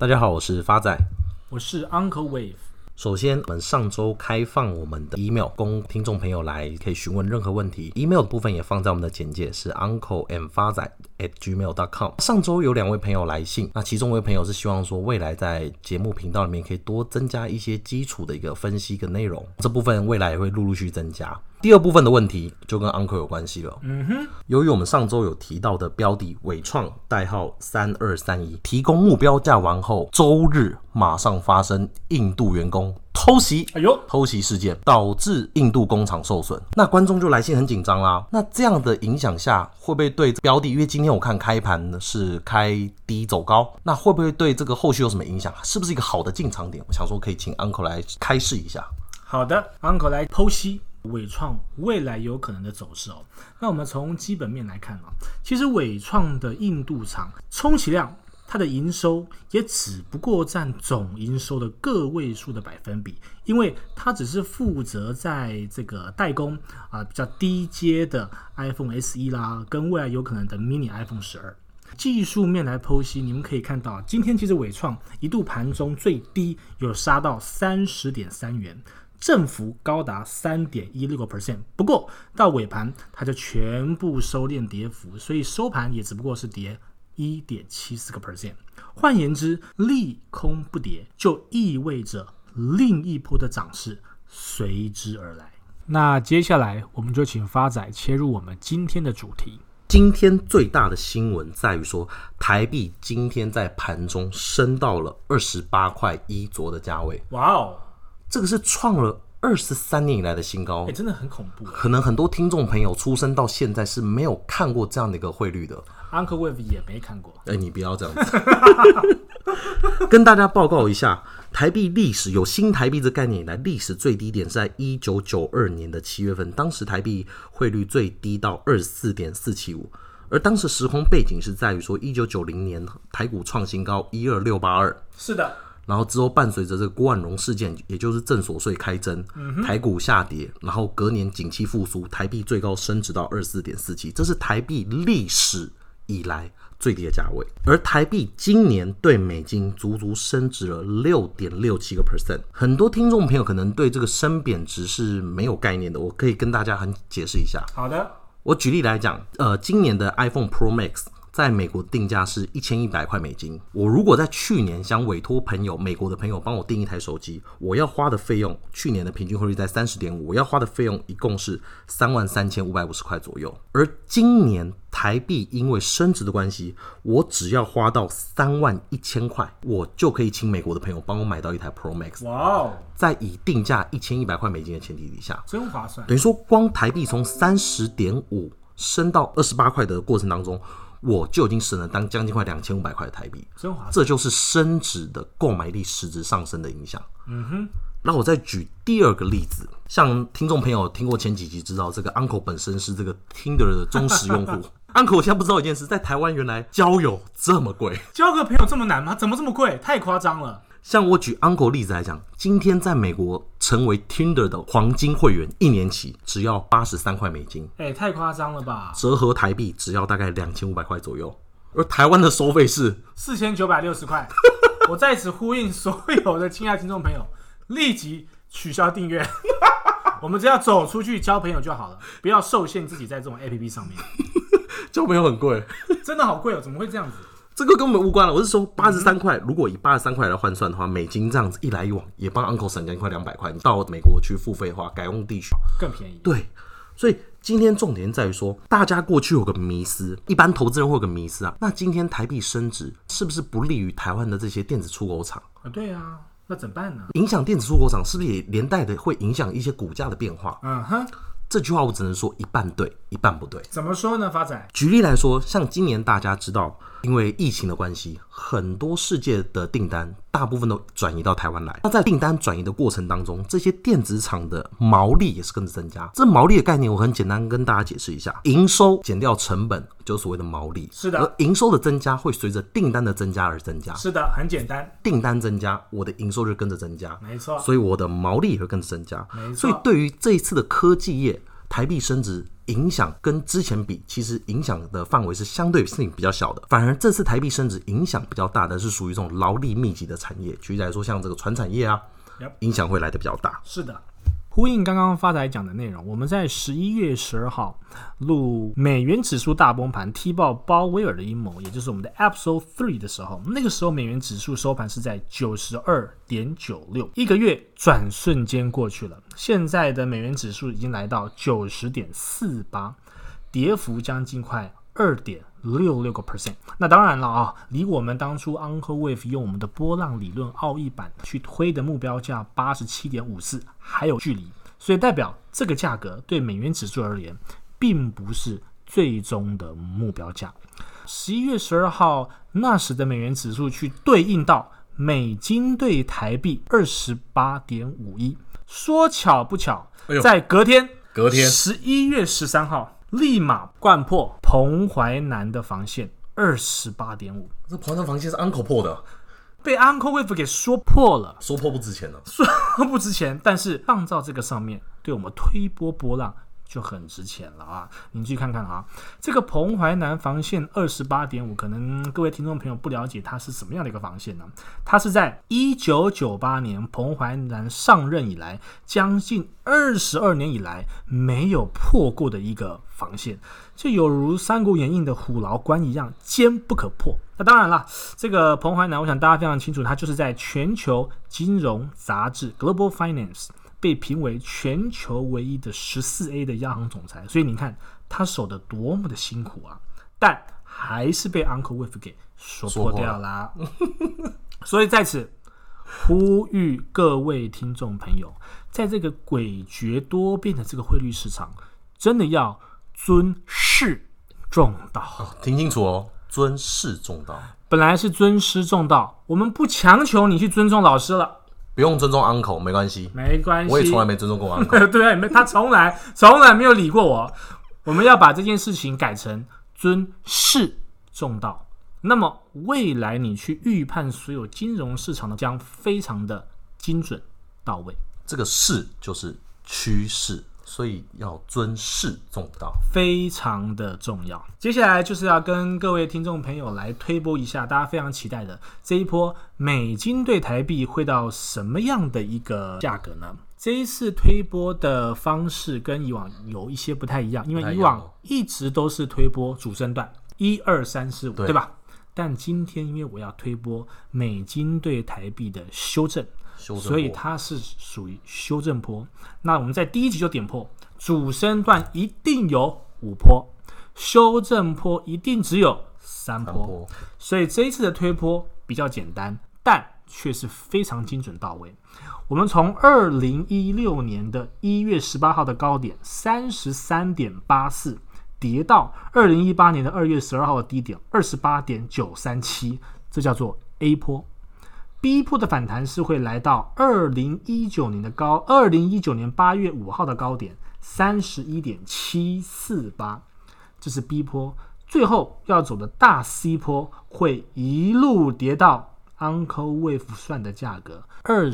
大家好，我是发仔， 我是 Uncle Wave。 首先，我们上周开放我们的 email， 供听众朋友来可以询问任何问题。email 的部分也放在我们的简介，是 uncleandfa仔@gmail.com。上周有2位朋友来信，那其中一位朋友是希望说，未来在节目频道里面可以多增加一些基础的一个分析跟内容，这部分未来也会陆陆续增加。第二部分的问题就跟 Uncle 有关系了。由于我们上周有提到的标的伟创代号3231提供目标价完后，周日马上发生印度员工偷袭事件，导致印度工厂受损。那观众就来信很紧张啦。那这样的影响下，会不会对标的？因为今天我看开盘是开低走高，那会不会对这个后续有什么影响？是不是一个好的进场点？我想说可以请 Uncle 来开示一下。 好的 ，Uncle 来剖析伟创未来有可能的走势哦。那我们从基本面来看啊，其实伟创的印度厂充其量它的营收也只不过占总营收的个位数的百分比，因为它只是负责在这个代工比较低阶的 iPhone SE 啦，跟未来有可能的 mini iPhone 12。技术面来剖析，你们可以看到，今天其实伟创一度盘中最低有杀到 30.3 元。振幅高达 3.16%， 不过到尾盘它就全部收敛跌幅，所以收盘也只不过是跌 1.74%。 换言之，利空不跌就意味着另一波的涨势随之而来。那接下来我们就请发仔切入我们今天的主题。 今天最大的新闻在于说，台币今天在盘中升到了28块1左右的价位。 哇哦！ 这个是创了23年以来的新高， 真的很恐怖。 可能很多听众朋友出生到现在是没有看过这样的一个汇率的。 Uncle Wave 也没看过。 你不要这样子。跟大家报告一下，台币历史有新台币这概念以来，历史最低点是在1992年的7月份，当时台币汇率最低到 24.475， 而当时时空背景是在于说1990年台股创新高12682。 是的。 然后之后伴随着这个郭婉容事件，也就是正所税开征，台股下跌，然后隔年景气复苏，台币最高升值到 24.47， 这是台币历史以来最低的价位。而台币今年对美金足足升值了 6.67%。 很多听众朋友可能对这个升贬值是没有概念的，我可以跟大家很解释一下。 好的， 我举例来讲，今年的 iPhone Pro Max在美国的定价是1100块美金。我如果在去年想委托美国的朋友帮我订一台手机，我要花的费用，去年的平均汇率在 30.5， 我要花的费用一共是33550块左右。而今年台币因为升值的关系，我只要花到31000块，我就可以请美国的朋友帮我买到一台 Pro Max。 哇哦！在以定价1100块美金的前提底下， 真划算。 等于说光台币从 30.5 升到28块的过程当中，我就已经省了将近快2500块的台币， 真划算。 这就是升值的购买力实质上升的影响。那我再举第二个例子，像听众朋友听过前几集知道，这个 Uncle 本身是这个 Tinder 的忠实用户。Uncle 我现在不知道一件事，在台湾原来交友这么贵， 交个朋友这么难吗？怎么这么贵？太夸张了。 像我举 Uncle 例子来讲，今天在美国成为 Tinder 的黄金会员，1年期只要83块美金， 太夸张了吧？ 折合台币只要大概2500块左右，而台湾的收费是 4960块。我在此呼应所有的亲爱听众朋友，立即取消订阅。我们只要走出去交朋友就好了，不要受限自己在这种 APP 上面。 交朋友很贵， 真的好贵哦！怎么会这样子？ 这个跟我们无关了。我是说83块，如果以83块来换算的话，美金这样子一来一往，也帮 Uncle 省将近快200块。你到美国去付费的话，改用地区更便宜。 对，所以今天重点在于说，大家过去有个迷思，一般投资人会有个迷思啊。那今天台币升值，是不是不利于台湾的这些电子出口厂？ 对啊，那怎么办呢？ 影响电子出口厂，是不是也连带的会影响一些股价的变化？这句话我只能说一半对，一半不对。 怎么说呢，发仔？ 举例来说，像今年大家知道，因为疫情的关系，很多世界的订单大部分都转移到台湾来。那在订单转移的过程当中，这些电子厂的毛利也是跟着增加。这毛利的概念我很简单跟大家解释一下，营收减掉成本就是所谓的毛利。 是的。 而营收的增加会随着订单的增加而增加。 是的，很简单。 订单增加，我的营收就跟着增加。 没错。 所以我的毛利也会跟着增加。 没错。 所以对于这一次的科技业台币升值影响跟之前比，其实影响的范围是相对性比较小的，反而这次台币升值影响比较大的是属于这种劳力密集的产业，举例来说，像这个传产业啊，影响会来的比较大。 是的。呼应刚刚发财讲的内容，我们在11月12号录美元指数大崩盘踢爆鲍威尔的阴谋，也就是我们的 Episode 3的时候，那个时候美元指数收盘是在 92.96， 一个月转瞬间过去了，现在的美元指数已经来到 90.48， 跌幅将近快 2.66%。 那当然了啊，离我们当初 Uncle Wave 用我们的波浪理论奥义版去推的目标价 87.54 还有距离，所以代表这个价格对美元指数而言并不是最终的目标价。11月12号那时的美元指数去对应到美金对台币 28.51， 说巧不巧，在隔天11月13号立马灌破彭淮南的防线 28.5。 这彭淮南防线是 Uncle 破的， 被 Uncle Wave 给说破了， 说破不值钱了， 说不值钱，但是放到这个上面对我们推波波浪就很值钱了啊！你去看看啊，这个彭淮南防线 28.5， 可能各位听众朋友不了解它是什么样的一个防线呢？它是在1998年彭淮南上任以来，将近22年以来没有破过的一个防线，就有如《三国演义》的虎牢关一样，坚不可破。那当然了，这个彭淮南，我想大家非常清楚，它就是在全球金融杂志 Global Finance被评为全球唯一的14A 的央行总裁，所以你看他守得多么的辛苦啊，但还是被 Uncle Wave 给说破掉啦。所以在此呼吁各位听众朋友，在这个诡谲多变的这个汇率市场，真的要尊师重道。 听清楚哦，尊师重道。 本来是尊师重道，我们不强求你去尊重老师了。 不用尊重 Uncle， 没关系， 没关系， 我也从来没尊重过 Uncle。 对，他从来没有理过我。我们要把这件事情改成尊师重道，那么未来你去预判所有金融市场的将非常的精准到位。 这个势就是趋势，所以要尊师重道， 非常的重要。接下来就是要跟各位听众朋友来推播一下大家非常期待的这一波美金对台币会到什么样的一个价格呢？这一次推播的方式跟以往有一些不太一样，因为以往一直都是推播主升段1、2、3、4、5，对吧？但今天因为我要推播美金对台币的修正，所以它是属于修正波。那我们在第一集就点破，主升段一定有5波，修正波一定只有3波，所以这一次的推波比较简单，但却是非常精准到位。我们从2016年的1月18号的高点 33.84 跌到2018年的2月12号的低点 28.937， 这叫做 A 波。B 波的反弹是会来到2019年8月5号的高点 31.748， 这是 B 波。最后要走的大 C 波会一路跌到 Uncle Wave 算的价格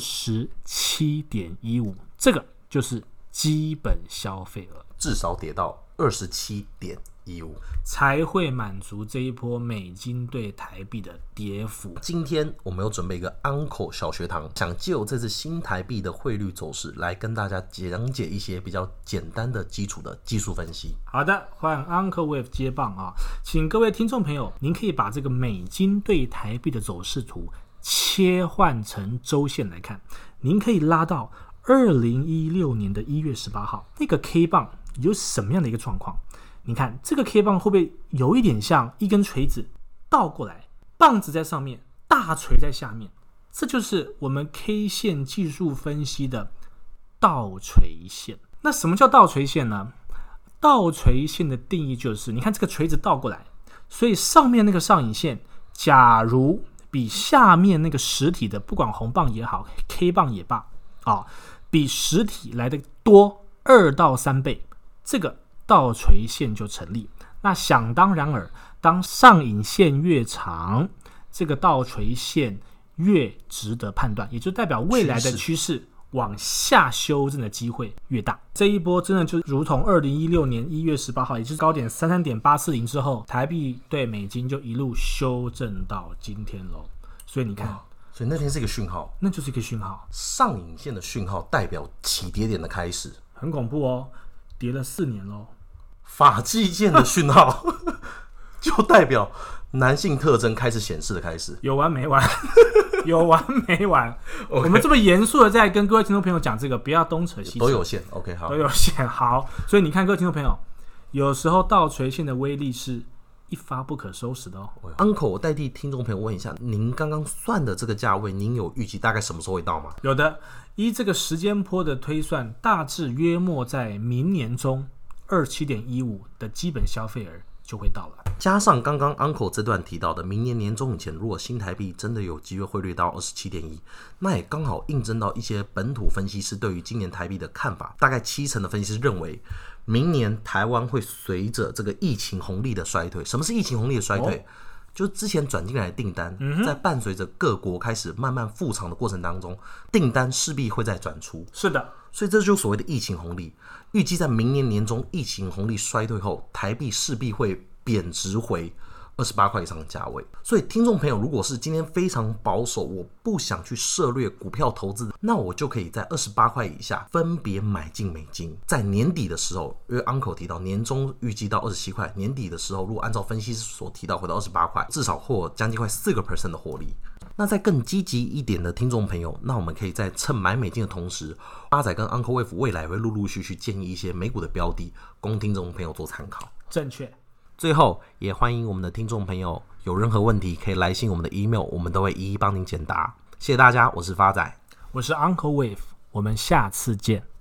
27.15， 这个就是基本消费额， 至少跌到 27.15 才会满足这一波美金对台币的跌幅。 今天我们有准备一个 Uncle 小学堂，想借由这次新台币的汇率走势来跟大家讲解一些比较简单的基础的技术分析。 好的，换 Uncle Wave 接棒啊！请各位听众朋友，您可以把这个美金对台币的走势图切换成周线来看，您可以拉到2016年的1月18号，那个 K 棒有什么样的一个状况？你看这个 K 棒会不会有一点像一根锤子倒过来，棒子在上面，大锤在下面？这就是我们 K 线技术分析的倒锤线。那什么叫倒锤线呢？倒锤线的定义就是，你看这个锤子倒过来，所以上面那个上影线假如比下面那个实体的，不管红棒也好 K 棒也罢比实体来的多2到3倍，这个倒锤线就成立。那想当然尔，当上影线越长，这个倒锤线越值得判断，也就代表未来的趋势往下修正的机会越大。这一波真的就如同2016年1月18号，也就是高点33.840之后，台币对美金就一路修正到今天咯。所以你看， 所以那天是一个讯号， 那就是一个讯号， 上影线的讯号代表起跌点的开始， 很恐怖哦，跌了4年咯。 发际线的讯号就代表男性特征开始显示的开始。 有完没完？有完没完？ Okay. 我们这么严肃的在跟各位听众朋友讲这个，不要东扯西扯， 都有限。OK， 好， 都有限。好，所以你看，各位听众朋友，有时候倒垂线的威力是一发不可收拾的哦。 Uncle， 我代替听众朋友问一下，您刚刚算的这个价位，您有预计大概什么时候会到吗？ 有的，依这个时间波的推算，大致约莫在明年中27.15的基本消费额就会到了。 加上刚刚 Uncle 这段提到的，明年年中以前，如果新台币真的有机会汇率到27.1，那也刚好印证到一些本土分析师对于今年台币的看法。大概70%的分析师认为，明年台湾会随着这个疫情红利的衰退。什么是疫情红利的衰退？就是之前转进来的订单，在伴随着各国开始慢慢复厂的过程当中，订单势必会再转出。 是的， 所以这就是所谓的疫情红利。预计在明年年中疫情红利衰退后，台币势必会贬值回28块以上的价位。所以听众朋友，如果是今天非常保守，我不想去涉猎股票投资，那我就可以在28块以下分别买进美金。在年底的时候，因为 Uncle 提到年中预计到27块，年底的时候如果按照分析师所提到回到28块，至少获将近快4% 的获利。那在更积极一点的听众朋友，那我们可以在趁买美金的同时，八仔跟 Uncle Wave 未来会陆陆续续建议一些美股的标的，供听众朋友做参考。 正确。 最后，也欢迎我们的听众朋友有任何问题可以来信我们的 email， 我们都会一一帮您解答。谢谢大家，我是发仔， 我是 Uncle Wave， 我们下次见。